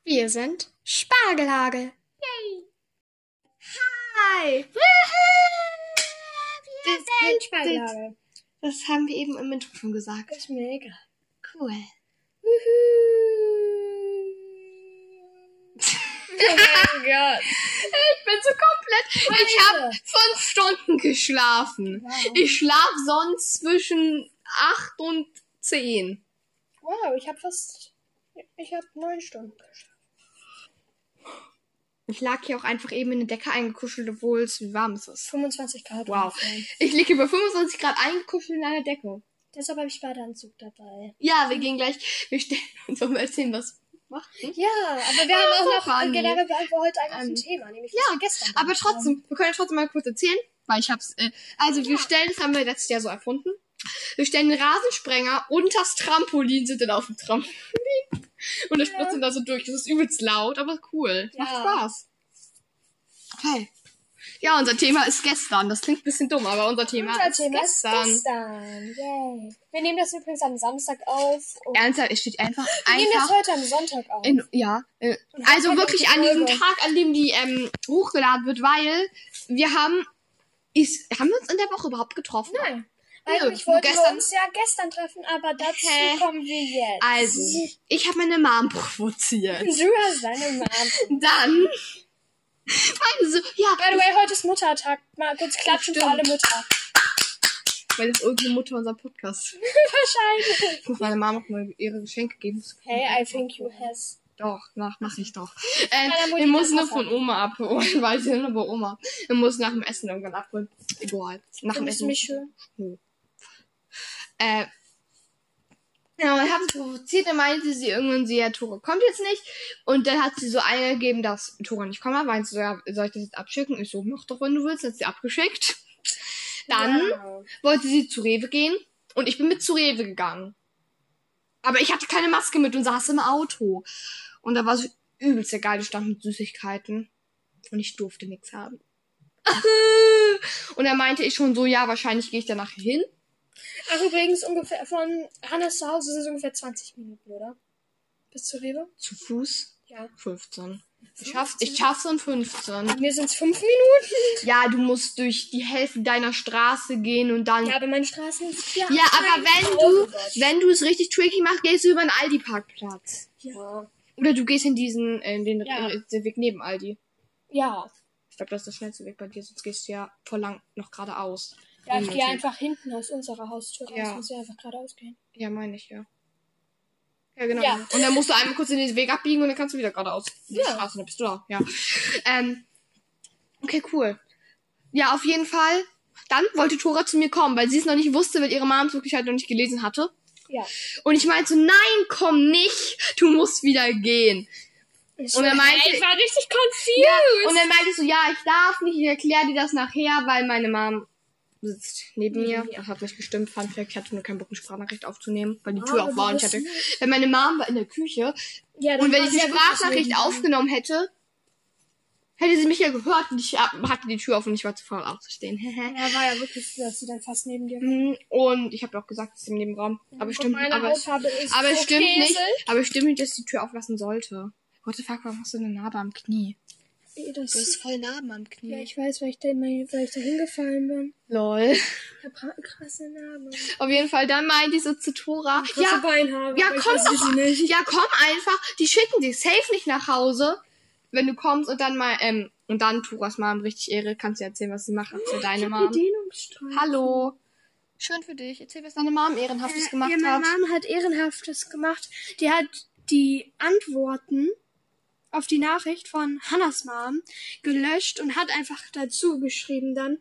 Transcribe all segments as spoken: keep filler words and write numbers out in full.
Wir sind Spargelhagel. Yay! Hi! Wir sind Spargelhagel. Das haben wir eben im Intro schon gesagt. Ist mir egal. Cool. Oh mein Gott. Ich bin so komplett... Ich habe fünf Stunden geschlafen. Wow. Ich schlafe sonst zwischen acht und zehn. Wow, ich habe fast... Ich habe neun Stunden geschlafen. Ich lag hier auch einfach eben in eine Decke eingekuschelt, obwohl es wie warm ist. fünfundzwanzig Grad. Wow. ungefähr. Ich liege über fünfundzwanzig Grad eingekuschelt in einer Decke. Deshalb habe ich Badeanzug dabei. Ja, wir gehen gleich... Wir stellen uns mal erzählen, was wir machen. Ja, aber wir haben auch noch funny. generell beantwortet heute eigentlich Ähm, ein Thema, nämlich ja, was wir gestern Aber gemacht haben. trotzdem, wir können ja trotzdem mal kurz erzählen, weil ich hab's, äh, also wir stellen, das haben wir letztes Jahr so erfunden, wir stellen den Rasensprenger und das Trampolin, sind dann auf dem Trampolin und das Ja. spritzen da so durch, das ist übelst laut, aber cool, Ja. macht Spaß. Okay. Ja, unser Thema ist gestern, das klingt ein bisschen dumm, aber unser Thema, Unser ist, Thema gestern. ist gestern. Yay. Wir nehmen das übrigens am Samstag auf. Und Ernsthaft, es steht einfach, wir nehmen das einfach, heute am Sonntag auf. in, ja, äh, Und also heute wirklich kommt an die diesem Folge. Tag, an dem die ähm, hochgeladen wird, weil wir haben, ist, haben wir uns in der Woche überhaupt getroffen? Nein. Nö, Eigentlich nur wollten wir gestern. uns ja gestern treffen, aber dazu Hä? kommen wir jetzt. Also, ich habe meine Mom provoziert. Du hast deine Mom. Dann meinte so, ja, By the way, heute ist Muttertag. Mal kurz klatschen für Stimmt. alle Mütter. weil das irgendeine Mutter unser Podcast. Wahrscheinlich. Ich muss meiner Mom auch mal ihre Geschenke geben. Hey, I think you has. Doch, nach, mach ich doch. Ähm, Meiner Mutti wir muss das nur auch von haben. Oma abholen, weil sie nur bei Oma. Wir muss nach dem Essen irgendwann abholen. Egal. Nach dem Findest Essen. du mich schön? Nö. Äh, ja, und hat sie provoziert, dann meinte sie irgendwann, sie, ja, Tora kommt jetzt nicht. Und dann hat sie so eingegeben, dass Tora nicht kommt. Meinte sie so, ja, soll ich das jetzt abschicken? Ich so, mach doch, wenn du willst. Hat sie abgeschickt. Dann Ja. wollte sie zu Rewe gehen. Und ich bin mit zu Rewe gegangen. Aber ich hatte keine Maske mit und saß im Auto. Und da war so übelst der geile Stand mit Süßigkeiten. Und ich durfte nichts haben. Und dann meinte ich schon so, ja, wahrscheinlich gehe ich danach hin. Ach, übrigens, ungefähr von Hannes zu Hause sind es ungefähr zwanzig Minuten, oder? Bis zur Rewe? Zu Fuß? Ja. fünfzehn. Ich schaff's, ich schaff's in fünfzehn. Bei mir sind es fünf Minuten. Ja, du musst durch die Hälfte deiner Straße gehen und dann... Ja, aber meine Straßen ist ja. Ja, aber wenn du, wenn du es richtig tricky machst, gehst du über einen Aldi-Parkplatz. Ja. Oder du gehst in diesen, äh, in den, Ja. äh, den Weg neben Aldi. Ja. Ich glaube, das ist der schnellste Weg bei dir, sonst gehst du ja voll lang noch geradeaus. Ja, ich gehe Unnötig. einfach hinten aus unserer Haustür raus. Ja. Muss ja einfach geradeaus gehen. Ja, meine ich, ja. Ja, genau. Ja. Und dann musst du einmal kurz in den Weg abbiegen und dann kannst du wieder geradeaus. in die Ja. Straße, dann bist du da. Ja. Ähm, okay, cool. Ja, auf jeden Fall. Dann wollte Tora zu mir kommen, weil sie es noch nicht wusste, weil ihre Mom es wirklich halt noch nicht gelesen hatte. Ja. Und ich meinte so, nein, komm nicht, du musst wieder gehen. Ich Und er meinte- ich war richtig confused. Ja, und dann meinte ich so, ja, ich darf nicht, ich erkläre dir das nachher, weil meine Mom sitzt neben mir. Ja. Das hat nicht gestimmt. Fun Fact, ich hatte nur keinen Bock, eine Sprachnachricht aufzunehmen, weil die Ah, Tür aber auf war du und ich bist hatte, nicht. wenn meine Mom war in der Küche Ja, dann und wenn war ich sie die ja wirklich Sprachnachricht neben dir. aufgenommen hätte, hätte sie mich ja gehört und ich hab- hatte die Tür auf und ich war zu faul aufzustehen. Ja, war ja wirklich, dass sie dann fast neben dir war. Mhm, und ich habe auch gesagt, es ist im Nebenraum. Aber Und stimmt, meine aber, Hautfarbe ist aber es stimmt nicht, Käse. aber es stimmt nicht, dass ich die Tür auflassen sollte. What the fuck, warum hast du eine Narbe am Knie? Ey, Das Du hast voll Narben am Knie. ja, ich weiß, weil ich da, weil ich da hingefallen bin. Lol. Ich hab ra- krasse Narbe. Auf jeden Fall, dann meinte ich so zu Tora, Krasse ja, Beinhaare. ja, aber ich komm weiß doch, sie nicht. ja, komm einfach, die schicken dich safe nicht nach Hause, wenn du kommst und dann mal, ähm, und dann Toras Mom richtig Ehre, kannst du erzählen, was sie macht für deine Ich hab Mom. die Dehnungsstreifen. Hallo. Schön für dich. Erzähl, was deine Mom Ehrenhaftes Äh, gemacht ja, meine hat. Mom hat Ehrenhaftes gemacht. Die hat die Antworten auf die Nachricht von Hannas Mom gelöscht und hat einfach dazu geschrieben dann.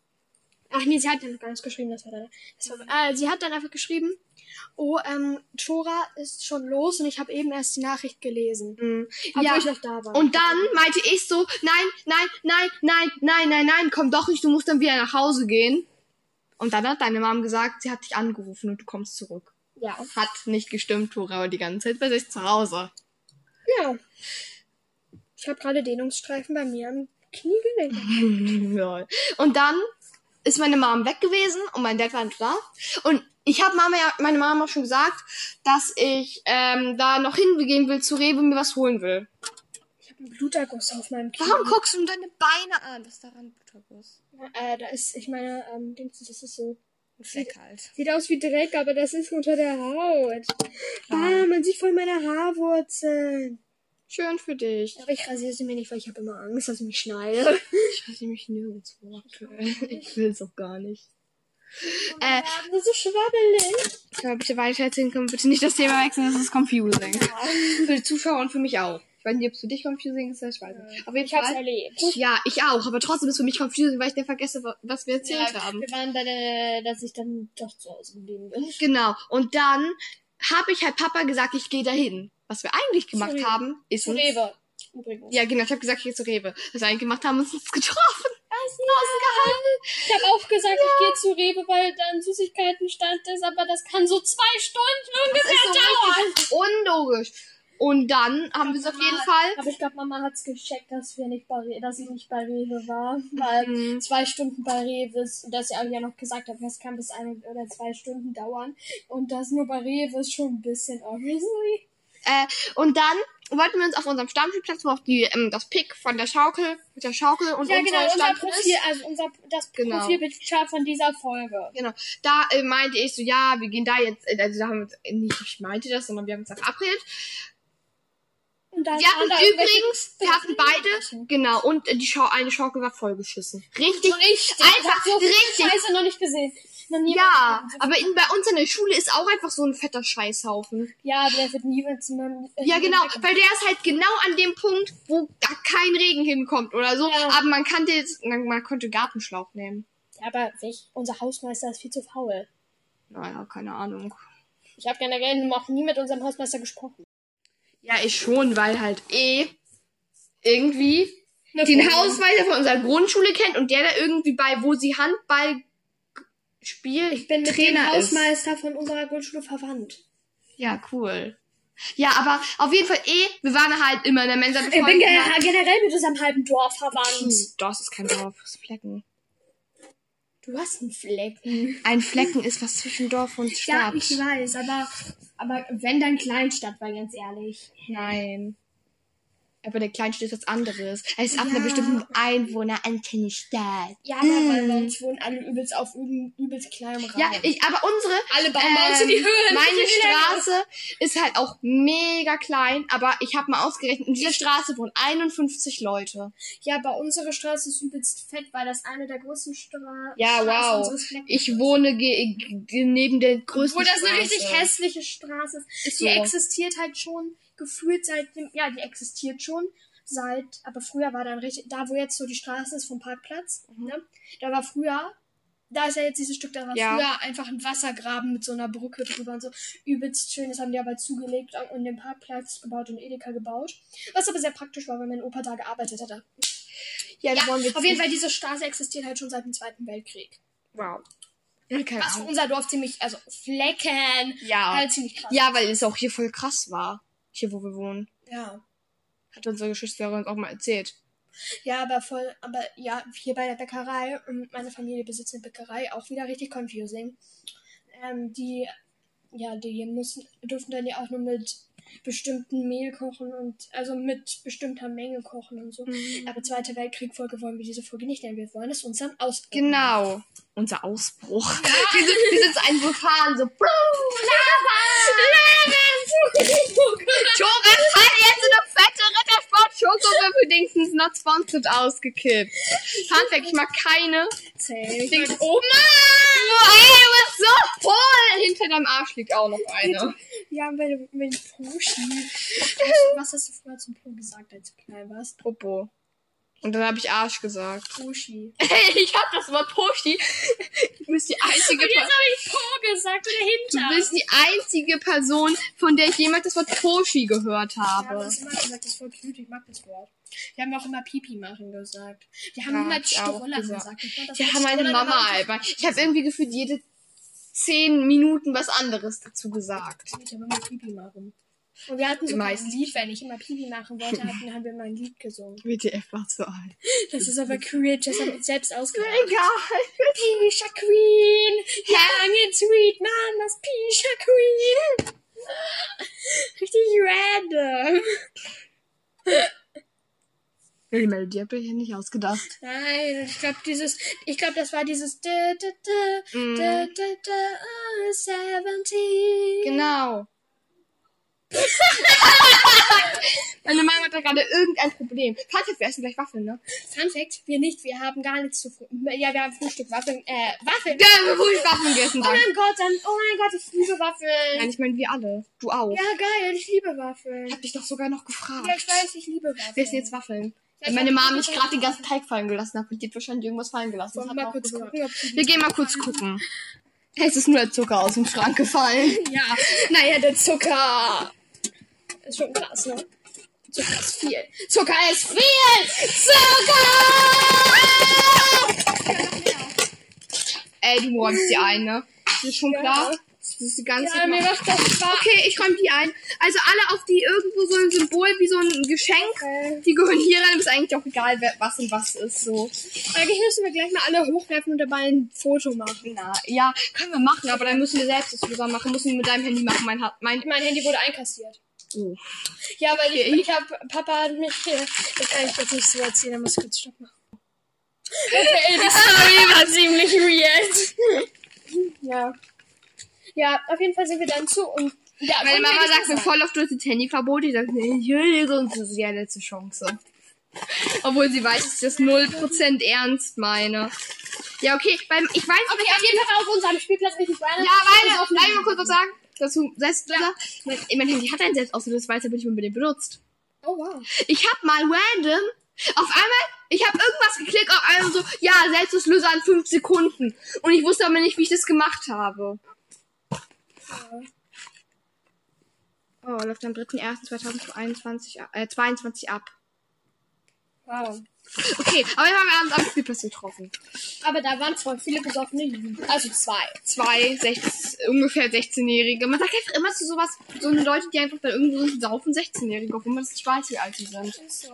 Ach nee, sie hat dann gar nichts geschrieben, das war dann. Das war, äh, sie hat dann einfach geschrieben, oh, ähm, Tora ist schon los und ich habe eben erst die Nachricht gelesen. Mhm. Obwohl Ja, ich noch da war. und dann meinte ich so, nein, nein, nein, nein, nein, nein, nein, komm doch nicht, du musst dann wieder nach Hause gehen. Und dann hat deine Mom gesagt, sie hat dich angerufen und du kommst zurück. Ja. Hat nicht gestimmt, Tora war die ganze Zeit bei sich zu Hause. Ja. Ich habe gerade Dehnungsstreifen bei mir am Kniegelenk. Lol. Und dann ist meine Mom weg gewesen und mein Dad war nicht da. Und ich habe Mama ja, meine Mama auch schon gesagt, dass ich ähm, da noch hingehen will zu Rewe und mir was holen will. Ich habe einen Bluterguss auf meinem Knie. Warum guckst du deine Beine an? Was ist daran Bluterguss? Äh, da ist, ich meine, ähm, Dings, das ist so. Ein Fleck halt. Sieht aus wie Dreck, aber das ist unter der Haut. Ah, man sieht voll meine Haarwurzeln. Schön für dich. Aber ich rasiere sie mir nicht, weil ich habe immer Angst, dass ich mich schneide. Ich rasiere mich nirgendwo aktuell. Ich will es auch gar nicht. Oh Äh, das ist so schwabbelig. Können wir bitte weiter erzählen? Können wir bitte nicht das Thema wechseln? Das ist confusing. Ja. Für die Zuschauer und für mich auch. Ich weiß nicht, ob es für dich confusing ist, ich weiß nicht. Auf jeden Ich hab's Fall. erlebt. Ja, ich auch. Aber trotzdem ist es für mich confusing, weil ich dann vergesse, was wir erzählt Ja, haben. wir waren bei der, dass ich dann doch zu Hause geblieben bin. Genau. Und dann habe ich halt Papa gesagt, ich gehe dahin. Was wir eigentlich gemacht Rewe. haben, ist Zu uns... Rewe. Übrigens. Ja, genau. Ich habe gesagt, ich gehe zu Rewe. Was wir eigentlich gemacht haben, uns uns getroffen. Ich habe auch gesagt, ich gehe zu Rewe, weil da ein Süßigkeitenstand ist, aber das kann so zwei Stunden ungefähr Das ist so dauern. richtig unlogisch. Und dann haben wir es auf jeden Fall... Aber ich glaube, Mama hat's gecheckt, dass wir nicht bei Re dass ich nicht bei Rewe war, weil Mhm. zwei Stunden bei Rewe ist, dass sie ja noch gesagt hat, das kann bis eine oder zwei Stunden dauern. Und das nur bei Rewe ist schon ein bisschen obviously. Äh, und dann wollten wir uns auf unserem Stammspielplatz, wo auch die, ähm, das Pick von der Schaukel, mit der Schaukel und Ja, unser genau, unser Standort Profil, ist. also unser, das Genau. Profilbild von dieser Folge. Genau. Da äh, meinte ich so, ja, wir gehen da jetzt, äh, also da haben wir uns, äh, nicht ich meinte das, sondern wir haben uns da verabredet. Und dann Wir hatten waren da irgendwelche- übrigens, wir hatten beide, genau, und äh, die Schau eine Schaukel war vollgeschissen. Richtig, Richtig, einfach ich hab so richtig. Scheiße noch nicht gesehen. Noch nie Ja, gesehen. aber in, bei uns in der Schule ist auch einfach so ein fetter Scheißhaufen. Ja, der wird nie mehr. Ja, genau, weil der ist halt genau an dem Punkt, wo da kein Regen hinkommt oder so. Ja. Aber man kannte jetzt, man konnte Gartenschlauch nehmen. Ja, aber welch, unser Hausmeister ist viel zu faul. Naja, keine Ahnung. Ich habe generell noch nie mit unserem Hausmeister gesprochen. Ja, ich schon, weil halt eh irgendwie den Hausmeister von unserer Grundschule kennt und der da irgendwie bei, wo sie Handball spielt, Ich bin mit Trainer dem ist. Hausmeister von unserer Grundschule verwandt. Ja, cool. Ja, aber auf jeden Fall eh, wir waren halt immer in der Mensa Ich bin befreundet. ge generell mit unserem halben Dorf verwandt. Hm, Das ist kein Dorf, das ist Flecken. Du hast einen Flecken. Ein Flecken ist was zwischen Dorf und Ja, Stadt. ich weiß, aber, aber wenn dann Kleinstadt war, ganz ehrlich. Nein. Aber der Kleinstadt ist was anderes. Es ist ab Ja. einer bestimmten Einwohneranzahl Stadt. Ja, aber weil bei uns wohnen alle übelst auf übel- übelst kleinem Raum. Ja, ich, aber unsere, alle bauen bei uns in die ähm, Höhe. meine Straße ist halt auch mega klein, aber ich habe mal ausgerechnet, in dieser Straße wohnen einundfünfzig Leute. Ja, aber unsere Straße ist übelst fett, weil das eine der größten Stra Ja, Straßen wow. unseres Fleckens Ich ist. wohne ge ge neben der größten Obwohl das Straße. eine richtig hässliche Straße ist. Ist Die so. existiert halt schon gefühlt seit dem, ja, die existiert schon seit, aber früher war dann richtig, da wo jetzt so die Straße ist vom Parkplatz, Mhm. ne, da war früher, da ist ja jetzt dieses Stück, da war Ja. früher einfach ein Wassergraben mit so einer Brücke drüber und so, übelst schön, das haben die aber zugelegt und den Parkplatz gebaut und Edeka gebaut, was aber sehr praktisch war, weil mein Opa da gearbeitet hatte. Ja, da Ja, wollen wir auf jeden Fall, diese Straße existiert halt schon seit dem Zweiten Weltkrieg. Wow. Ja, keine Was für Ahnung. unser Dorf ziemlich, also Flecken, Ja. halt ziemlich krass. Ja, weil es auch hier voll krass war. Hier, wo wir wohnen. Ja. Hat unsere Geschwisterin uns auch mal erzählt. Ja, aber voll, aber ja, hier bei der Bäckerei, ähm, meine Familie besitzt eine Bäckerei, auch wieder richtig confusing. Ähm, die, ja, die müssen, dürfen dann ja auch nur mit bestimmten Mehl kochen und, also mit bestimmter Menge kochen und so. Mhm. Aber Zweiter Weltkrieg-Folge wollen wir diese Folge nicht nennen, wir wollen es unseren Ausbruch. Genau. Unser Ausbruch. Wir, sind, wir sind so ein Vulkan, so. Thomas hat jetzt so eine fette Rittersport-Schokowürfel-Dingsens not sponsored ausgekippt. Fun Fact, ich mag keine Zähl. Dings. Oh Mann! Ey, du bist so voll! Hinter deinem Arsch liegt auch noch eine. Ja, wenn du, wenn du Poshi. Was, was hast du früher zum Po gesagt, als du klein warst? Popo. Und dann habe ich Arsch gesagt. Poshi. Hey, ich hab das Wort Poschi. Du bist die einzige Und jetzt Person. habe ich Po gesagt, oder Du hinter. bist die einzige Person, von der ich jemals das Wort Poschi gehört Ja, aber habe. das immer gesagt, das ist voll cute, ich mag das Wort. Wir haben auch immer Pipi machen gesagt. Wir haben Ja, niemals ich auch Strollern gesagt. gesagt. Ich fand das Ja, Wort meine Strollern Mama, immer- Alter. Ich habe irgendwie gefühlt jede zehn Minuten was anderes dazu gesagt. Ich habe immer Pipi machen. Und wir hatten sogar ein meisten. Lied, wenn ich immer Pipi machen wollte, hatten, haben wir mal ein Lied gesungen. W T F war so alt. Das ist aber cringe, das haben wir selbst ausgedacht. Egal. Pisha Queen, young and sweet, Mamas Pisha Queen. Richtig random. Die Melodie habe ich ja nicht ausgedacht. Nein, ich glaube dieses, ich glaube das war dieses da, da, da, Mm. da, da, da, oh, seventeen. Genau. Meine Mama hat da gerade irgendein Problem. Vater, wir essen gleich Waffeln, ne? Fun Fact, wir nicht, wir haben gar nichts zu früh. Ja, wir haben Frühstück, Waffeln, äh, Waffeln. Ja, bevor ich Waffeln gegessen Oh habe. mein Gott, dann, oh mein Gott, ich liebe Waffeln. Nein, ich meine, wir alle. Du auch. Ja, geil, ich liebe Waffeln. Ich hab dich doch sogar noch gefragt. Ja, ich weiß, ich liebe Waffeln. Wir essen jetzt Waffeln. Ja, Weil ich meine hab- Mama nicht gerade den ganzen Teig fallen gelassen hat. Und die hat wahrscheinlich irgendwas fallen gelassen. Das Wollen hat wir mal man auch kurz gehört. gucken, ob die- Wir gehen mal kurz gucken. Es ist nur der Zucker aus dem Schrank gefallen. Ja, naja, der Zucker. Ist schon krass, ne? Zucker ist viel. Zucker ist viel! Zucker! Ey, du räumst die ein, ne? Das ist schon Ja. klar. Das ist die ganze Ja, mir macht das Spaß. Okay, ich räume die ein. Also alle, auf die irgendwo so ein Symbol wie so ein Geschenk, Okay. die gehören hier rein. Ist eigentlich auch egal, wer, was und was ist. So. Eigentlich müssen wir gleich mal alle hochwerfen und dabei ein Foto machen. Na, ja, können wir machen, aber dann müssen wir selbst das sogar machen. Müssen wir mit deinem Handy machen. Mein, hat- mein, Mein Handy wurde einkassiert. oh. Ja, weil ich, ich hab, Papa hat mich, äh, das kann ich jetzt nicht so erzählen, da muss ich kurz Stopp machen. Okay, die Story war ziemlich weird. Ja. Ja, auf jeden Fall sind wir dann zu und, ja, Meine und Mama wenn ich sagt mir das voll oft, du hast das Handyverbot. Ich sage, nee, ich will sonst ist es ja letzte Chance. Obwohl sie weiß, dass ich das null Prozent ernst meine. Ja, okay, beim, ich weiß, Okay, auf jeden Fall auf unserem Spielplatz richtig rein. ja, warte, darf ich mal kurz was sagen? Dazu, Selbstauslöser. Mein, mein Handy hat einen Selbstauslöser, das weiß aber nicht, wie man den benutzt. Oh, wow. Ich hab mal random, auf einmal, ich habe irgendwas geklickt, auf einmal so, ja, Selbstauslöser in fünf Sekunden. Und ich wusste aber nicht, wie ich das gemacht habe. Oh, läuft am dritten ersten zweitausendeinundzwanzig, äh, zweiundzwanzig ab. Wow. Okay, aber wir haben abends am Spielplatz getroffen. Aber da waren zwar viele besoffene Jugendliche. Also zwei. Zwei, sechzehn, ungefähr sechzehnjährige. Man sagt einfach immer zu sowas, so eine Leute, die einfach dann irgendwo sind, saufen sechzehnjährige, obwohl man das nicht weiß, wie alt sie sind. So.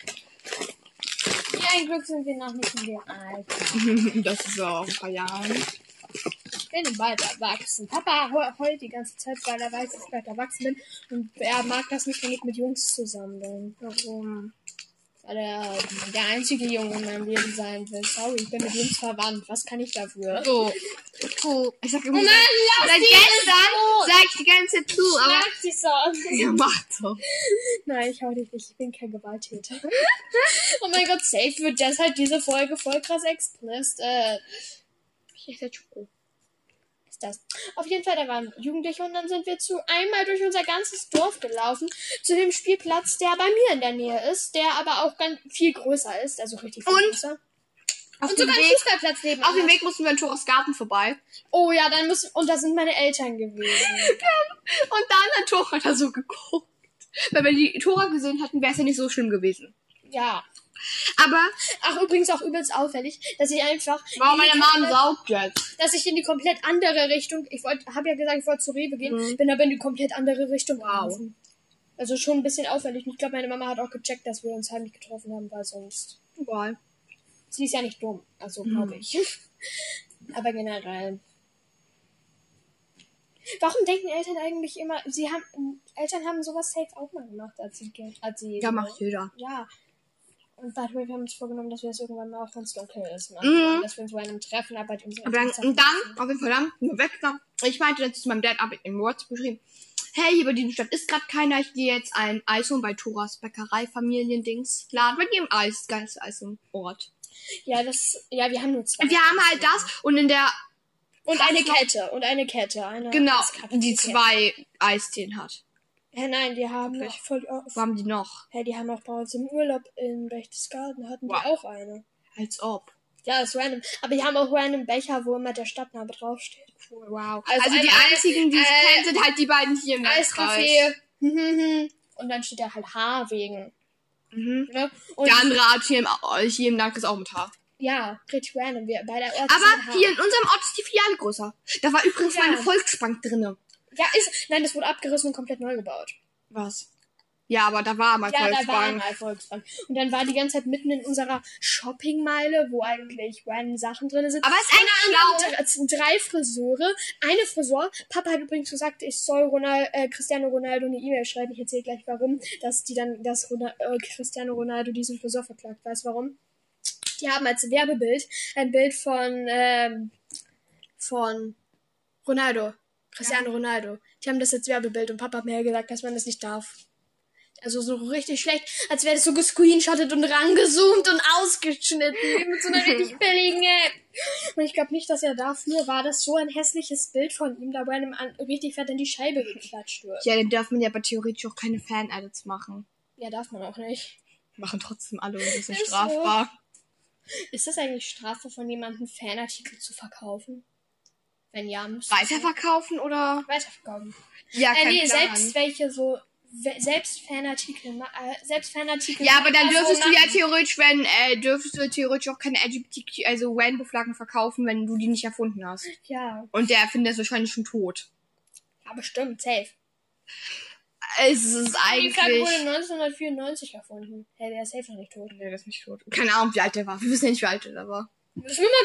Ja, ein Glück sind wir noch nicht in dem Alter. Das ist auch ein paar Jahre. Ich bin bald erwachsen. Papa heu- heult die ganze Zeit, weil er weiß, dass ich bald erwachsen bin. Und er mag das nicht, wenn ich mit Jungs zusammen bin. Warum? Weil er der einzige Junge in meinem Leben sein will. Sorry, ich bin mit Jungs verwandt. Was kann ich dafür? So. Oh, ich sag immer, Nein, lass seit die gestern so. sag ich die ganze Zeit zu, aber... Lass die so. Ja, mach doch. Nein, ich hau dich nicht. Ich bin kein Gewalttäter. Oh mein Gott, safe wird deshalb diese Folge voll krass explicit. Äh, Ich esse jetzt Schoko. ist das. Auf jeden Fall, da waren Jugendliche und dann sind wir zu einmal durch unser ganzes Dorf gelaufen, zu dem Spielplatz, der bei mir in der Nähe ist, der aber auch ganz viel größer ist, also richtig viel Und? größer. Auf Und dem sogar ein Weg, Fußballplatz neben auf dem uns. Weg mussten wir an Toras Garten vorbei. Oh ja, dann müssen, und da sind meine Eltern gewesen. Und dann hat Tora da so geguckt. Weil wenn die Tora gesehen hätten, wäre es ja nicht so schlimm gewesen. Ja. Aber Ach, übrigens auch übelst auffällig, dass ich einfach, warum in die meine Mom komplett- saugt jetzt? dass ich in die komplett andere Richtung, ich wollte, habe ja gesagt, ich wollte zu Rewe gehen, Mhm. bin aber in die komplett andere Richtung Wow. gelaufen. Also schon ein bisschen auffällig. Und ich glaube, meine Mama hat auch gecheckt, dass wir uns heimlich getroffen haben, weil sonst, Egal. sie ist ja nicht dumm, also Mhm. glaube ich. Aber generell. Warum denken Eltern eigentlich immer, sie haben, Eltern haben sowas safe auch mal gemacht, als sie, als sie, Ja, macht jeder. ja. Und warte, wir haben uns vorgenommen, dass wir das irgendwann mal auch, wenn es dunkel ist, machen. Mhm. Dass wir uns bei einem Treffen, aber die unsere Aber dann, Eltern und dann, auf jeden Fall dann, sind wir weggegangen. Ich meinte dann zu meinem Dad, ab in WhatsApp geschrieben, hey, hier bei diesem Stadt ist gerade keiner, ich gehe jetzt ein Eis holen bei Toras Bäckerei, Familiendings. Laden bei dem Eis, geiles Eis im Ort. Ja, das, ja, wir haben nur zwei. Und wir haben halt das und in der, Und eine Kette, und eine Kette, eine genau, Eiskarte. die zwei Eisteen hat. Ja, nein, die haben Wirklich? noch voll oft. Wo haben die noch? Ja, die haben auch bei uns im Urlaub in Berchtesgaden hatten Wow. die auch eine. Als ob. Ja, ist random. Aber die haben auch random Becher, wo immer der Stadtname draufsteht. Cool, wow. Also Also, die ein Eis- einzigen, die ich äh, kenne, sind halt die beiden hier im Landkreis. Eiskaffee. Hm, hm, hm. Und dann steht da halt H wegen. Mhm. Ne? Und Der andere Art hier im, hier im Landkreis auch mit H. ja, richtig random. Wir, bei der Ort Aber hier in unserem Ort ist die Filiale größer. Da war übrigens Ja. meine Volksbank drinne. Ja, ist. Nein, das wurde abgerissen und komplett neu gebaut. Was? Ja, aber da war mal Ja, da war Volksbank. mal Volksbank. Und dann war die ganze Zeit mitten in unserer Shoppingmeile, wo eigentlich random Sachen drin sind. Aber es ist eigentlich schlau. Drei, drei Friseure, eine Frisur. Papa hat übrigens gesagt, ich soll Ronald, äh, Cristiano Ronaldo eine E-Mail schreiben. Ich erzähle gleich warum, dass die dann, dass Ronald, äh, Cristiano Ronaldo diesen Friseur verklagt. Weißt du warum? Die haben als Werbebild ein Bild von, ähm, von Ronaldo. Cristiano ja. Ronaldo. Die haben das als Werbebild und Papa hat mir gesagt, dass man das nicht darf. Also so richtig schlecht, als wäre das so gescreenshottet und rangezoomt und ausgeschnitten. Wie mit so einer richtig billigen App. Und ich glaube nicht, dass er dafür war, dass so ein hässliches Bild von ihm dabei einem an, richtig fett in die Scheibe geklatscht wird. Ja, dann darf man ja aber theoretisch auch keine Fan-Edits machen. Ja, darf man auch nicht. Machen trotzdem alle und das ist nicht strafbar. So. Ist das eigentlich strafbar, von jemandem Fanartikel zu verkaufen? Wenn ja, muss Weiterverkaufen oder? Weiterverkaufen. Ja, kein äh, nee, Plan. selbst welche so selbst Fanartikel, äh, selbst Fanartikel. Ja, aber dann dürftest du ja theoretisch, wenn, äh, dürftest du theoretisch auch keine L G B T Q, also Rainbow-Flaggen verkaufen, wenn du die nicht erfunden hast. Ja. Und der Erfinder ist wahrscheinlich schon tot. Ja, bestimmt, safe. Es ist eigentlich... Die Flagge wurde neunzehnhundertvierundneunzig erfunden. Hey, der ist safe noch nicht tot. Nee, der ist nicht tot. Keine Ahnung, wie alt der war. Wir wissen ja nicht, wie alt der war. Müssen wir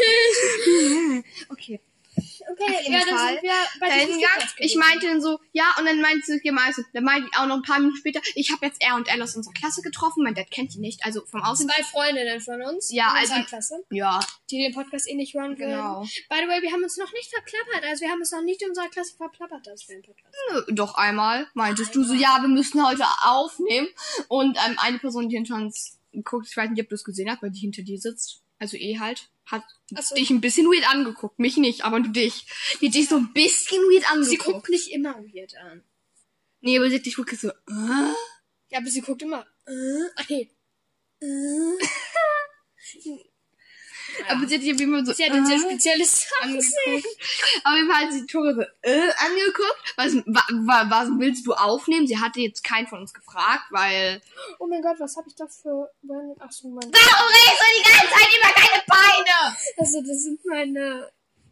mal googeln. Okay. Okay, ja, dann sind wir bei dann, diesem ja, Spielplatz ich gewesen. meinte dann so, ja, und dann meinte sie, also, dann meinte ich auch noch ein paar Minuten später, ich habe jetzt R und L aus unserer Klasse getroffen, mein Dad kennt die nicht, also vom Aussehen. Zwei Freundinnen von uns. Ja, in unserer also, Klasse, ja, die den Podcast eh nicht hören würden. genau. By the way, wir haben uns noch nicht verplappert, also wir haben uns noch nicht in unserer Klasse verplappert, dass wir einen Podcast Nö, doch einmal meintest Einmal. du so, ja, wir müssen heute aufnehmen. Und ähm, eine Person, die hinter uns guckt, ich weiß nicht, ob du es gesehen hast, weil die hinter dir sitzt, also eh halt, hat so. dich ein bisschen weird angeguckt. Mich nicht, aber du dich. Die hat dich so ein bisschen weird angeguckt. Sie guckt nicht immer weird an. Nee, aber sie hat dich wirklich so, äh? Ja, aber sie guckt immer, äh, ach nee. Äh. Ja. Aber sie hat dich immer so, sie hat ein sehr äh, spezielles angeguckt. Auf jeden Fall hat sie die Tore so, äh, angeguckt. Was, wa, wa, was willst du aufnehmen? Sie hatte jetzt keinen von uns gefragt, weil... Oh mein Gott, was habe ich da für... Ach so, mein... Warum redest du die ganze Zeit über deine Beine? Also, das sind meine...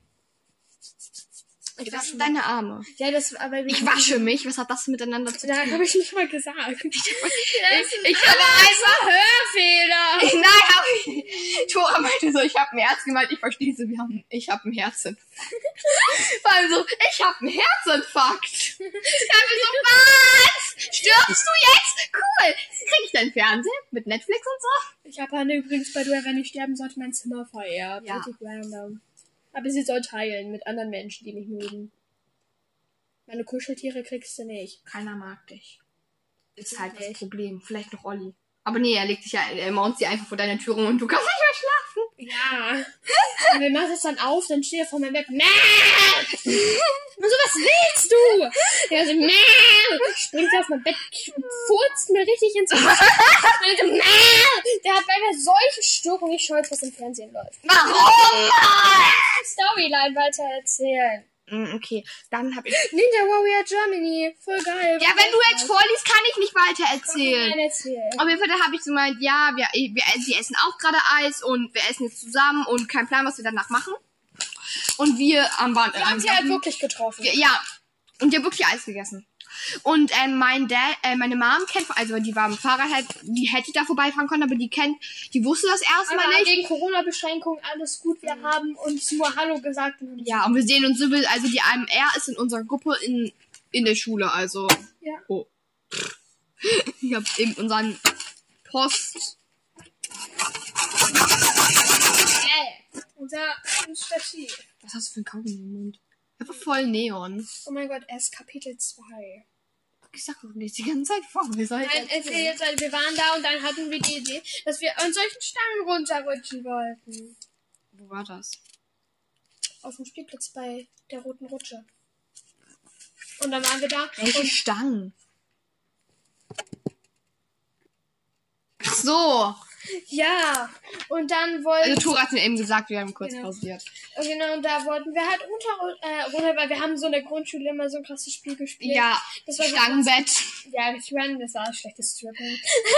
Ich das sind deine Arme. Ja, das, aber ich wasche mich. Was hat das miteinander zu tun? Da habe ich nicht mal gesagt. Ich, ich, ich habe einfach Hörfehler. Ich, nein, hab ich. Tora meinte so, ich habe ein Herz gemalt. Ich verstehe so, wir haben, ich habe einen Herzinfarkt. Also, ich habe einen Herzinfarkt. Ich habe so, was? Stirbst du jetzt? Cool. Krieg ich deinen Fernseher mit Netflix und so? Ich habe Hanne übrigens bei du, wenn ich sterben sollte, mein Zimmer vererbt. Ja. Richtig random. Aber sie soll teilen mit anderen Menschen, die mich mögen. Meine Kuscheltiere kriegst du nicht. Keiner mag dich. Ist halt das Problem. Vielleicht noch Olli. Aber nee, er legt sich ja, er maunt sie einfach vor deiner Tür rum und du kannst nicht mehr schlafen. Ja. Und wir machen es dann auf, dann steht er vor meinem Bett. Mäh! Und so, was willst du? Er so, mäh! Springt auf mein Bett, furzt mir richtig ins Gesicht. Und so, mäh! Der hat bei mir solche Störungen, ich schaue jetzt, was im Fernsehen läuft. Warum? Storyline weiter erzählen. Okay, dann hab ich... Ninja Warrior Germany, voll geil. Ja, wenn du jetzt vorliest, kann ich nicht weiter erzählen. Nein, erzähl. Auf jeden Fall, da habe ich so gemeint, ja, wir, wir, wir essen auch gerade Eis und wir essen jetzt zusammen und kein Plan, was wir danach machen. Und wir ähm, waren... Wir haben sie halt wirklich getroffen. Ja, ja, und die haben wirklich Eis gegessen. Und ähm, mein Dad, äh, meine Mom kennt, also die war im Fahrrad halt, die hätte da vorbeifahren können, aber die kennt, die wusste das erstmal nicht. Wegen Corona-Beschränkungen alles gut, wir mhm. haben uns nur Hallo gesagt. Und ja, und wir sehen uns so, also die A M R ist in unserer Gruppe in in der Schule, also. Ja. Oh. Ich hab eben unseren Post. Hey, unser Stativ. Was hast du für ein Kaugummi im Mund? Einfach voll Neon. Oh mein Gott, erst Kapitel zwei. Ich sag doch nicht die ganze Zeit vor. Wir sollen Nein, erzähl jetzt, also wir waren da und dann hatten wir die Idee, dass wir an solchen Stangen runterrutschen wollten. Wo war das? Auf dem Spielplatz bei der Roten Rutsche. Und dann waren wir da. Welche Stangen? Ach so. Ja, und dann wollten... Also Tora hat mir eben gesagt, wir haben kurz genau. pausiert. Und genau, und da wollten wir halt runter, äh, runter, weil wir haben so in der Grundschule immer so ein krasses Spiel gespielt. Ja, das war Stangenbett. So, ja, das random, das war ein schlechtes Stripping.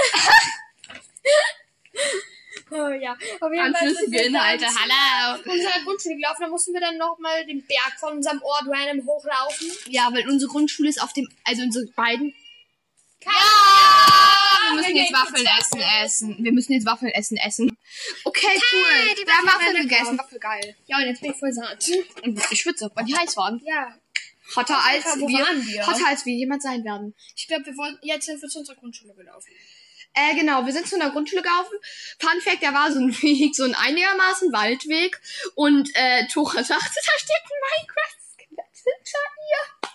Oh ja, auf jeden Fall Anschlüssige Inhalte, hallo. In unserer Grundschule gelaufen, da mussten wir dann nochmal den Berg von unserem Ort random hochlaufen. Ja, weil unsere Grundschule ist auf dem, also unsere beiden Ja! Wir müssen jetzt Waffeln essen, essen. Wir müssen jetzt Waffeln essen, essen. Okay, cool. Wir haben Waffeln gegessen. Waffel geil. Ja, und jetzt bin ich voll satt. Und ich schwitze, weil die heiß waren. Ja. Hotter als Wo waren wir, wir? hotter als wir jemand sein werden. Ich glaube, wir wollten, jetzt sind wir zu unserer Grundschule gelaufen. Äh, genau, wir sind zu einer Grundschule gelaufen. Fun Fact, da war so ein Weg, so ein einigermaßen Waldweg. Und, äh, Tora dachte, da steht ein Minecraft-Skelett hinter ihr.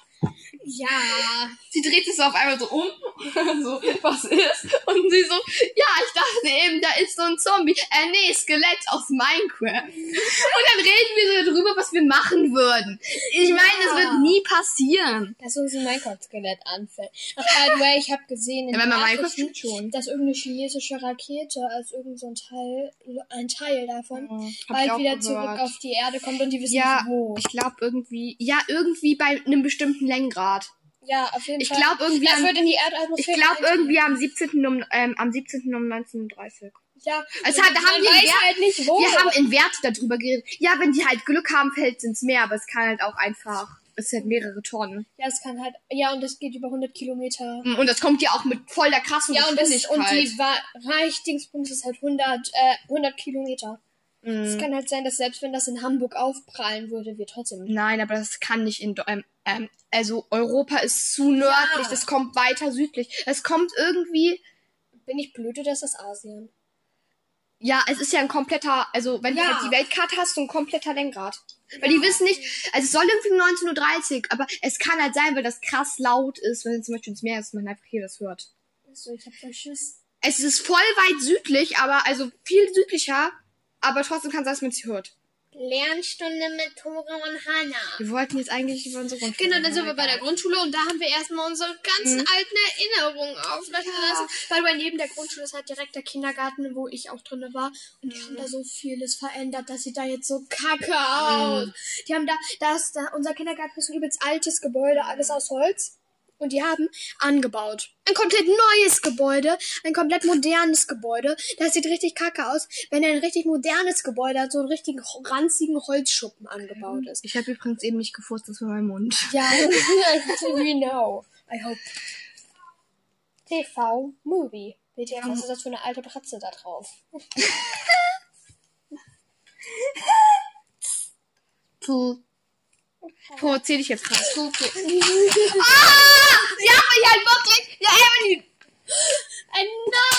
Ja. Sie dreht sich so auf einmal so um. So, was ist? Und sie so, ja, ich dachte eben, da ist so ein Zombie. Äh, nee, Skelett aus Minecraft. Und dann reden wir so darüber, was wir machen würden. Ich meine, das wird nie passieren. Dass uns ein Minecraft-Skelett anfällt. Ach, by the way, ich habe gesehen, in Ja, wenn man Minecraft Nachrichten, spielt schon. dass irgendeine chinesische Rakete, also irgend so ein Teil, ein Teil davon, Ja, hab ich bald auch wieder gehört. zurück auf die Erde kommt und die wissen Ja, nicht wo. ich glaube irgendwie, ja, irgendwie bei einem bestimmten Längengrad. Ja, auf jeden Ich Fall. glaube irgendwie das am, wird in die ich Erdatmosphäre. glaube irgendwie am siebzehnten um, ähm, am siebzehnten um neunzehn Uhr dreißig. Ja, Es und hat, da haben man wir, weiß Wert, halt nicht wo. wir haben in Wert darüber geredet. Ja, wenn die halt Glück haben, fällt ins Meer, aber es kann halt auch einfach, es sind mehrere Tonnen. Ja, es kann halt, ja, und das geht über hundert Kilometer. Und das kommt ja auch mit voll der krassen Ja, und das, und Geschwindigkeit. die Wa- Reichdingsbums ist halt hundert, äh, hundert Kilometer. Es Mhm. kann halt sein, dass selbst wenn das in Hamburg aufprallen würde, wir trotzdem. Nein, aber das kann nicht in, ähm, ähm, also Europa ist zu nördlich, Ja. das kommt weiter südlich. Es kommt irgendwie, Bin ich blöd oder ist das Asien? ja, es ist ja ein kompletter, also wenn Ja. du halt die Weltkarte hast, so ein kompletter Längengrad. Weil die wissen nicht, also es soll irgendwie um neunzehn Uhr dreißig, aber es kann halt sein, weil das krass laut ist, wenn zum Beispiel ins Meer ist, man einfach hier das hört. Achso, ich hab voll Schiss. Es ist voll weit südlich, aber also viel südlicher, aber trotzdem kann es sein, dass man es hört. Lernstunde mit Tora und Hannah. Wir wollten jetzt eigentlich über unsere Grundschule. Genau, dann sind wir bei der Grundschule und da haben wir erstmal unsere ganzen Mhm. alten Erinnerungen auflöschen Ja. lassen. Weil bei neben der Grundschule ist halt direkt der Kindergarten, wo ich auch drin war. Und die Mhm. haben da so vieles verändert, das sieht da jetzt so kacke aus. Die haben da, das, da, unser Kindergarten ist ein übelst altes Gebäude, alles aus Holz. Und die haben angebaut. Ein komplett neues Gebäude, ein komplett modernes Gebäude. Das sieht richtig kacke aus, wenn ein richtig modernes Gebäude hat, so einen richtigen ranzigen Holzschuppen angebaut ist. Ich habe übrigens eben nicht gefurzt, das war mein Mund. Ja, we know. I hope. T V Movie. W T F, was ist das für eine alte Bratze da drauf? Tu. Provozier dich jetzt gerade. Tu, tu. Ah! Ja, aber ja, wirklich. Ja, Emily. Ein No!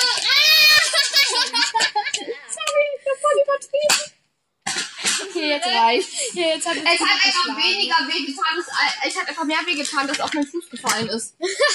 Sorry, ich hab voll übertrieben. Okay, jetzt reicht. Ja, jetzt hat Es hat einfach weniger wehgetan, dass, es hat einfach mehr wehgetan, dass auf meinen Fuß gefallen ist.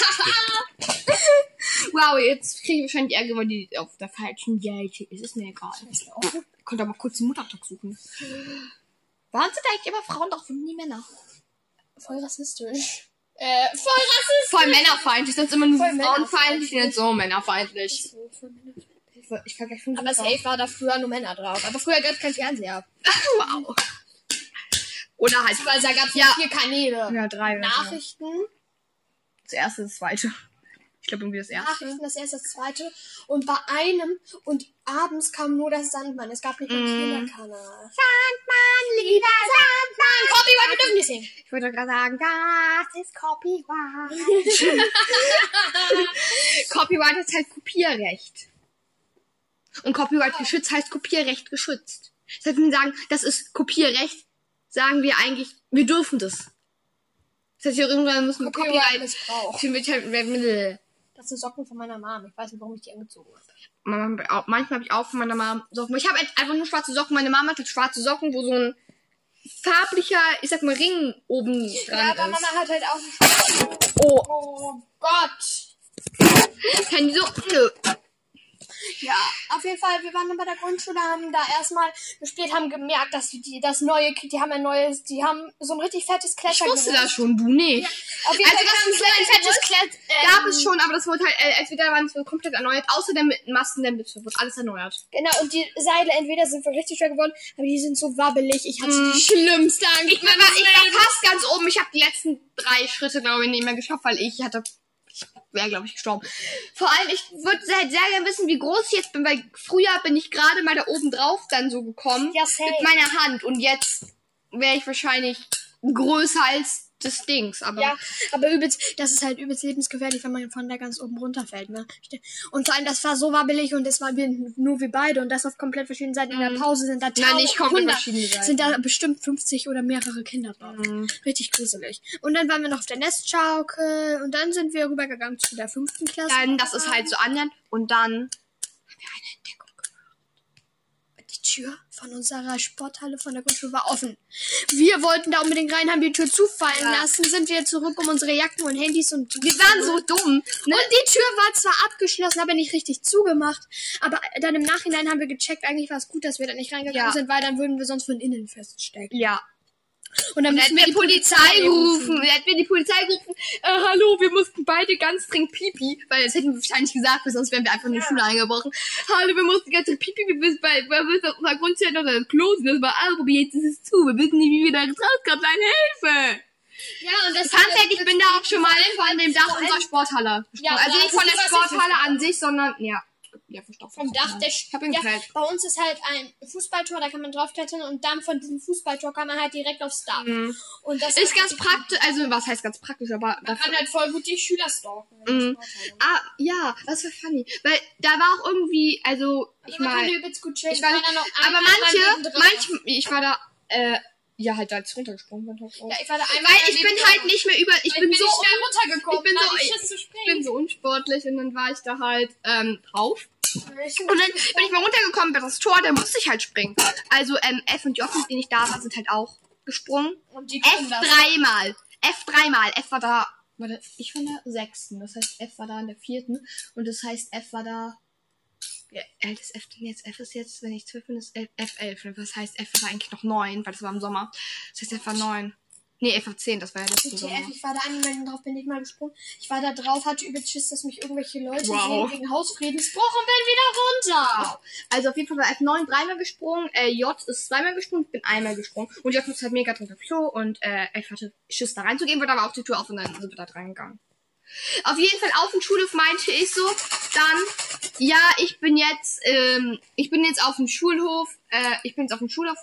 Wow, jetzt kriege ich wahrscheinlich Ärger, weil die auf der falschen Seite ist. Ist mir egal. Ich konnte aber kurz den Muttertag suchen. Warum sind eigentlich immer Frauen doch nie Männer? Voll rassistisch. Äh, voll rassistisch. Voll männerfeindlich, sonst immer nur Voll frauenfeindlich, die sind so männerfeindlich. So, voll männerfeindlich. Ich, ver- ich vergesse schon Aber safe war da früher nur Männer drauf. Aber früher gab es kein Fernseher. Wow. Oder halt Weil da gab es Ja. vier Kanäle. ja, drei. Nachrichten, Das erste, das zweite. Ich glaube irgendwie das erste. Nachrichten, das erste, das zweite. Und bei einem, und abends kam nur das Sandmann. Es gab nicht den Mm. Kinderkanal. Sandmann, lieber Sandmann. Copyright, wir dürfen nicht singen. Ich wollte gerade sagen, das ist Copyright. Copyright ist halt Kopierrecht. Und Copyright geschützt heißt Kopierrecht geschützt. Das heißt, wenn wir sagen, das ist Kopierrecht, sagen wir eigentlich, wir dürfen das. Das heißt, irgendwann müssen wir Copyright Copyright... Missbrauch. Copyright... Das sind Socken von meiner Mom. Ich weiß nicht, warum ich die angezogen habe. Manchmal habe ich auch von meiner Mom Socken. Ich habe einfach nur schwarze Socken. Meine Mama hat schwarze Socken, wo so ein farblicher, ich sag mal, Ring oben dran Ja, aber ist. Mama hat halt auch einen Schwarzen. Oh, Oh Gott. kann die so... Nö. Ja, auf jeden Fall, wir waren dann bei der Grundschule, haben da erstmal gespielt, haben gemerkt, dass die das neue, die haben ein neues, die haben so ein richtig fettes Ich Kletter. wusste das schon, du nicht. Auf jeden Also Fall das kam ist so ein fettes Klett. Ähm, Gab es schon, aber das wurde halt, äh, als wir da waren, es wurde komplett erneuert. Außer der mit Masten, der mit wurde alles erneuert. Genau, und die Seile entweder sind wir richtig schwer geworden, aber die sind so wabbelig. Ich hatte Mm. die schlimmste Angst. Ich war, ich war fast ganz oben. Ich habe die letzten drei Schritte, glaube ich, nicht mehr geschafft, weil ich hatte... Ich wäre, glaube ich, gestorben. Vor allem, ich würde halt sehr gerne wissen, wie groß ich jetzt bin, weil früher bin ich gerade mal da oben drauf dann so gekommen. Ja, safe. Mit meiner Hand. Und jetzt wäre ich wahrscheinlich größer als des Dings, aber... Ja, aber übelst, das ist halt übelst lebensgefährlich, wenn man von da ganz oben runterfällt, ne? Und vor allem, das war so wabbelig und das war wir, nur wir beide und das auf komplett verschiedenen Seiten. In der Pause sind da Nein, nicht komplett hundert, verschiedene Seiten. sind da bestimmt fünfzig oder mehrere Kinder drauf. Mhm. Richtig gruselig. Und dann waren wir noch auf der Nestschaukel und dann sind wir rübergegangen zu der fünften Klasse. Dann, das ist halt so annähernd und dann haben wir eine Entdeckung gemacht. Die Tür von unserer Sporthalle von der Grundschule war offen. Wir wollten da unbedingt rein, haben die Tür zufallen Ja. lassen, sind wir zurück, um unsere Jacken und Handys und... Wir waren so dumm. Ne? Und die Tür war zwar abgeschlossen, aber nicht richtig zugemacht. Aber dann im Nachhinein haben wir gecheckt, eigentlich war es gut, dass wir da nicht reingegangen Ja. sind, weil dann würden wir sonst von innen feststecken. Ja. Und dann Und müssen hätten wir die Polizei gerufen. Hätten wir die Polizei gerufen. Äh, hallo, wir mussten beide ganz dringend Pipi. Weil das hätten wir wahrscheinlich gesagt, weil sonst wären wir einfach in die Schule eingebrochen. Hallo, wir mussten ganz dringend Pipi. Wir wissen, weil wir müssen auf unserer Grundschule noch das Klo sind. Das war alles, aber jetzt ist es zu. Wir wissen nicht, wie wir da jetzt rauskommen. Seine Hilfe. Ja, und das Fun Fact, ich bin da auch schon mal von dem Dach unserer Sporthalle gesprungen. Ja, also da nicht ist von es der über Sporthalle an sich, sondern, ja. Ja, verstopft. vom Dach der Ich hab ihn ja, gefällt. bei uns ist halt ein Fußballtor, da kann man draufklettern und dann von diesem Fußballtor kann man halt direkt aufs Dach. Mhm. Und das Ist ganz praktisch, also was heißt ganz praktisch, aber Man kann halt voll gut die Schüler stalken. in der Mhm. Sporthalle. Ah, ja, das war funny. Weil da war auch irgendwie, also, ich Man kann meine, übelst gut chillen. ich war, da noch aber einmal manche, beim Nebendran. manche, ich war da, äh, ja, halt als runtergesprungen bin. Halt auch. Ja, ich war da einmal Weil beim ich bin Nebendran. halt nicht mehr über, ich Weil bin ich so, bin nicht schnell runtergekommen. ich bin weil so- ich Schiss zu ich bin springen. so unsportlich und dann war ich da halt, ähm, drauf. Ich bin Und dann bin ich mal runtergekommen bei das Tor, da musste ich halt springen. Also, ähm, F und J, mit denen ich da war, sind halt auch gesprungen. Und die F können das. dreimal. F dreimal. F war da, warte, ich war in der sechsten. Das heißt, F war da in der vierten. Und das heißt, F war da, wie alt ist F denn jetzt? F ist jetzt, wenn ich zwölf bin, ist F elf. Das heißt, F war eigentlich noch neun, weil das war im Sommer. Das heißt, F war neun. Nee, F war zehn, das war ja letzten W T Sommer. F, ich war da einmal wenn drauf, bin ich mal gesprungen. Ich war da drauf, hatte übelst Schiss, dass mich irgendwelche Leute Wow. sehen wegen Hausfriedensbruch und bin wieder runter. Wow. Also auf jeden Fall war F neun dreimal gesprungen, äh, J ist zweimal gesprungen, ich bin einmal gesprungen. Und J ist halt mega drin auf Klo und äh, F hatte Schiss da reinzugehen, wird aber auch die Tür auf und dann sind wir da reingegangen. Auf jeden Fall auf dem Schulhof meinte ich so, dann, ja, ich bin jetzt, ähm, ich bin jetzt auf dem Schulhof, äh, ich bin jetzt auf dem Schulhof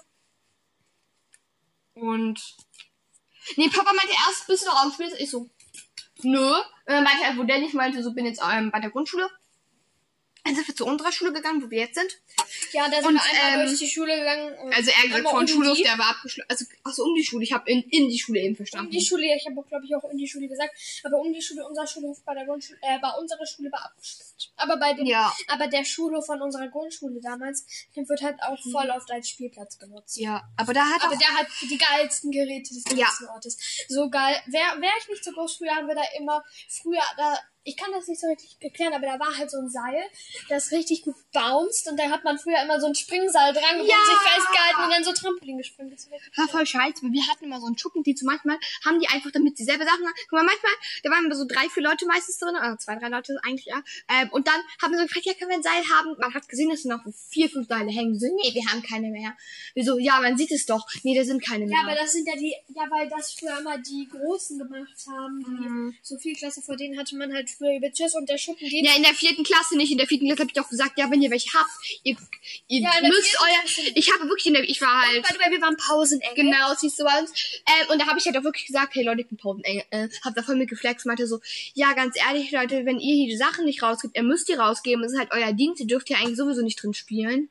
und, nee, Papa meinte erst, bist du noch auf dem Spiel? Ich so, nö. Äh, meinte er, wo der nicht meinte, so bin jetzt ähm, bei der Grundschule. Dann sind wir zu unserer Schule gegangen, wo wir jetzt sind. Ja, da sind Und, wir einmal ähm, durch die Schule gegangen. und Also er gesagt, einmal von um Schulhof, die, der war abgeschlossen. Also, achso, um die Schule. Ich habe in, in die Schule eben verstanden. um die Schule, ich habe glaube ich auch in die Schule gesagt, aber um die Schule, unser Schulhof bei der Grundschule, äh, bei unserer Schule war abgeschlossen. Aber bei dem, Ja. aber der Schulhof von unserer Grundschule damals, der wird halt auch voll oft als Spielplatz genutzt. Ja, aber da hat Aber auch... der hat die geilsten Geräte des Ja. ganzen Ortes. So geil. Wäre wär ich nicht so groß, früher haben wir da immer, früher, da, ich kann das nicht so richtig erklären, aber da war halt so ein Seil, das richtig gut bounced und da hat man früher immer so ein Springseil dran gebunden, Ja. sich festgehalten und dann so Trampolin gesprungen. Das war richtig war voll scheiße, weil wir hatten immer so einen Schuppen, die zu manchmal haben die einfach, damit sie selber Sachen haben. Guck mal, manchmal, da waren immer so drei, vier Leute meistens drin, also zwei, drei Leute eigentlich, ja. Ähm, und dann haben wir so gefragt, ja, können wir ein Seil haben? Man hat gesehen, dass noch vier, fünf Seile hängen. So, nee, wir haben keine mehr. Wir so, ja, man sieht es doch. Nee, da sind keine mehr. Ja, aber das sind ja die, ja, weil das früher immer die Großen gemacht haben, die Mhm. so viel Klasse, vor denen hatte man halt früher über Tschüss und der Schuppen geht. Ja, in der vierten Klasse nicht. In der vierten Klasse habe ich doch gesagt, ja, wenn ihr welche habt, ihr, ihr Ja, in der müsst vierten euer... Klasse. Ich habe wirklich in der... Ich war halt... Weil wir waren Pausenengel. Genau, siehst du was? Ähm, und da habe ich halt auch wirklich gesagt, hey Leute, ich bin Pausenengel. Äh, hab da voll mit geflext, meinte so, ja, ganz ehrlich, Leute, wenn ihr hier die Sachen nicht rausgibt, ihr müsst die rausgeben, das ist halt euer Dienst, ihr dürft hier eigentlich sowieso nicht drin spielen.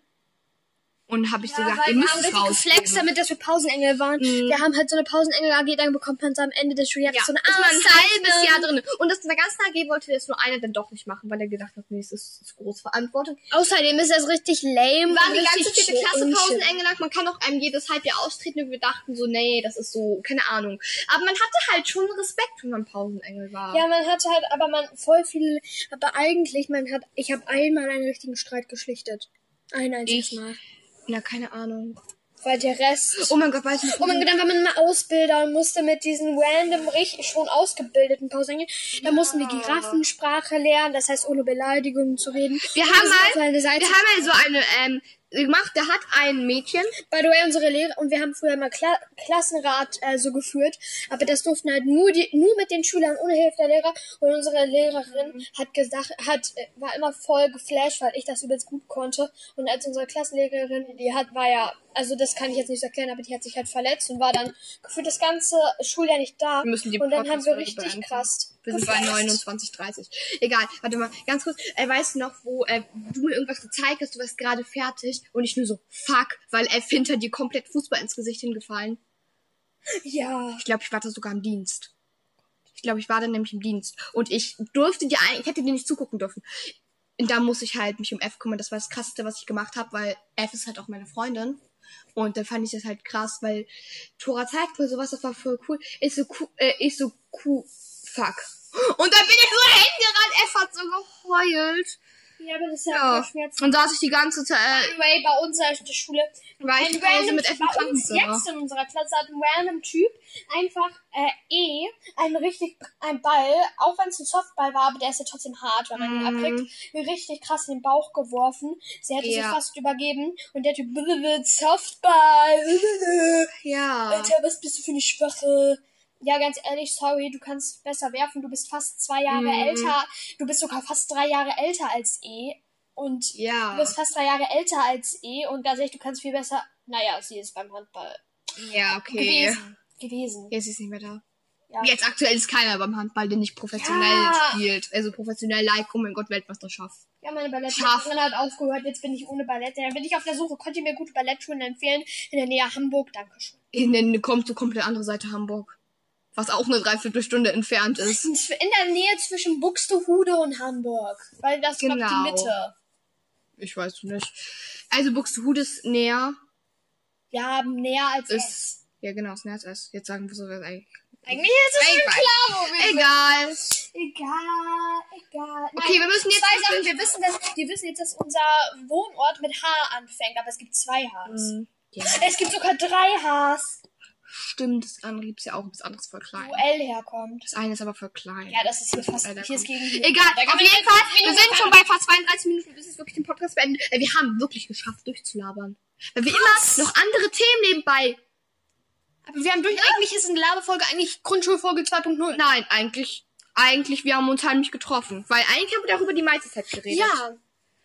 Und habe ich Ja, so gesagt, weil ihr wir müsst haben es richtig geflext rausgeben. damit, dass wir Pausenengel waren. Mhm. Wir haben halt so eine Pausenengel-A G, dann bekommt man so am Ende des Schuljahres Ja, so eine ist man ein Auszeichnung. halbes Jahr drin. Und das in der ganzen A G wollte das nur einer dann doch nicht machen, weil er gedacht hat, nee, es ist zu große Verantwortung. Außerdem ist das richtig lame. Wir waren und die ganze richtig vierte Klasse unschön. Pausenengel lang. Man kann auch einem jedes Halbjahr austreten und wir dachten so, nee, das ist so, keine Ahnung. Aber man hatte halt schon Respekt, wenn man Pausenengel war. Ja, man hatte halt, aber man voll viel, aber eigentlich, man hat, ich habe einmal einen richtigen Streit geschlichtet. Ein einziges Ich? Mal. Ja, keine Ahnung. Weil der Rest... Oh mein Gott, weiß nicht. Oh mein Gott, dann war man mal Ausbilder und musste mit diesen random, richtig schon ausgebildeten Pausenengeln, da mussten wir Giraffensprache lernen, das heißt ohne Beleidigungen zu reden. Wir Und haben das ist mal, auf eine Seite. wir haben mal so eine, ähm, gemacht, der hat ein Mädchen. By the way, unsere Lehrer, und wir haben früher mal Kla Klassenrat äh, so geführt, aber das durften halt nur die, nur mit den Schülern ohne Hilfe der Lehrer. Und unsere Lehrerin mhm. hat gesagt, hat, äh, war immer voll geflasht, weil ich das übelst gut konnte. Und als unsere Klassenlehrerin, die hat, war ja, also das kann ich jetzt nicht so erklären, aber die hat sich halt verletzt und war dann gefühlt das ganze Schuljahr nicht da. Wir müssen die und dann haben wir richtig beenden. krass. Wir sind bei neunundzwanzig dreißig. Egal, warte mal, ganz kurz. Äh, weißt du noch, wo äh, du mir irgendwas gezeigt hast, du warst gerade fertig und ich nur so, fuck, weil F hinter dir komplett Fußball ins Gesicht hingefallen. Ja. Ich glaube, ich war da sogar im Dienst. Ich glaube, ich war da nämlich im Dienst. Und ich durfte dir, ich hätte dir nicht zugucken dürfen. Und da muss ich halt mich um F kümmern. Das war das Krasseste, was ich gemacht habe, weil F ist halt auch meine Freundin. Und dann fand ich das halt krass, weil Tora zeigt mir sowas, das war voll cool. Ich so, cool, äh, ich so, cool, fuck. Und dann bin ich so hingerannt, F hat so geheult. Ja, aber das ist ja, ja. voll schmerzhaft. Und saß ich die ganze Zeit. Äh, Anyway, bei uns in der Schule war ich zu Hause mit F im bei uns Klassenzimmer. jetzt in unserer Klasse hat ein random Typ einfach äh, eh einen richtig ein Ball, auch wenn es ein Softball war, aber der ist ja trotzdem hart, wenn man ihn Mm. abkriegt, richtig krass in den Bauch geworfen. Sie hätte Ja. sich fast übergeben und der Typ Softball. Ja. Alter, was bist du für eine Schwache? Ja, ganz ehrlich, sorry, du kannst besser werfen. Du bist fast zwei Jahre Mhm. älter. Du bist sogar fast drei Jahre älter als E. Und Ja. du bist fast drei Jahre älter als E. Und da sehe ich, du kannst viel besser... Naja, sie ist beim Handball Ja, okay. gewesen. gewesen. Jetzt ist sie nicht mehr da. Ja. Jetzt aktuell ist keiner beim Handball, der nicht professionell Ja. spielt. Also professionell like, oh mein Gott, Weltmeisterschaft. Ja, meine Schaff. Ballettlehrerin hat aufgehört. Jetzt bin ich ohne Ballett. Dann bin ich auf der Suche. Könnt ihr mir gute Ballettschulen empfehlen? In der Nähe Hamburg. Dankeschön. In der kommt so komplett andere Seite Hamburg. Was auch eine Dreiviertelstunde entfernt ist. In der Nähe zwischen Buxtehude und Hamburg. Weil das ist Genau. die Mitte. Ich weiß nicht. Also Buxtehude ist näher. Wir haben näher als es. Ist, ja genau, ist näher als es. Jetzt sagen wir so, was eigentlich. Eigentlich ist es schon Egal. klar, wo wir sind. Egal. Egal, egal. Okay, wir müssen jetzt zwei Sachen. wirklich- Wir wissen, dass, wir wissen jetzt, dass unser Wohnort mit H anfängt, aber es gibt zwei Hs. Mhm. Ja. Es gibt sogar drei Hs, Stimmt, das andere gibt's ja auch, das andere ist voll klein. wo L herkommt. Das eine ist aber voll klein. Ja, das ist hier fast, Alter, hier ist komm. gegen hier. Egal, Da kann auf man jeden jetzt Fall, fünf wir Minuten sind schon bei fast zweiunddreißig Minuten, bis es wirklich den Podcast beenden. Äh, Wir haben wirklich geschafft, durchzulabern. Weil wir immer noch andere Themen nebenbei. Aber wir haben durch, eigentlich ist eine Laberfolge eigentlich Grundschulfolge zwei Punkt null. Nein, eigentlich, eigentlich, wir haben uns halt nicht getroffen. Weil eigentlich haben wir darüber die meiste Zeit geredet. Ja.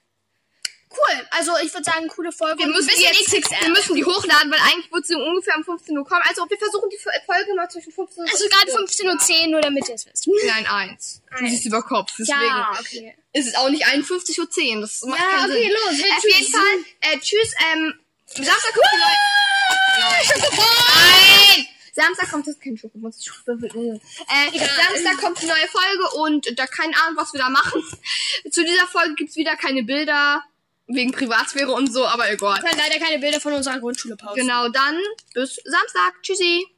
Cool. Also ich würde sagen, coole Folge. Wir müssen, Ein die bisschen jetzt, X X L. wir müssen die hochladen, weil eigentlich wird sie ungefähr um fünfzehn Uhr kommen. Also wir versuchen die Folge mal zwischen fünfzehn und Also gerade fünfzehn Uhr zehn, nur damit ihr es wisst. Nein, eins. Du Eins. siehst über Kopf. Deswegen Ja, okay. ist es auch nicht einundfünfzig Uhr zehn. Das macht Ja, keinen okay, Sinn. los. Hey, Auf tschüss. jeden Fall, äh, tschüss, ähm, Samstag kommt die neue... Nein! Samstag kommt das kein Schokobons. Äh, Samstag kommt die neue Folge und da keine Ahnung, was wir da machen. Zu dieser Folge gibt's wieder keine Bilder wegen Privatsphäre und so, aber egal. Wir können leider keine Bilder von unserer Grundschule posten. Genau, dann bis Samstag. Tschüssi.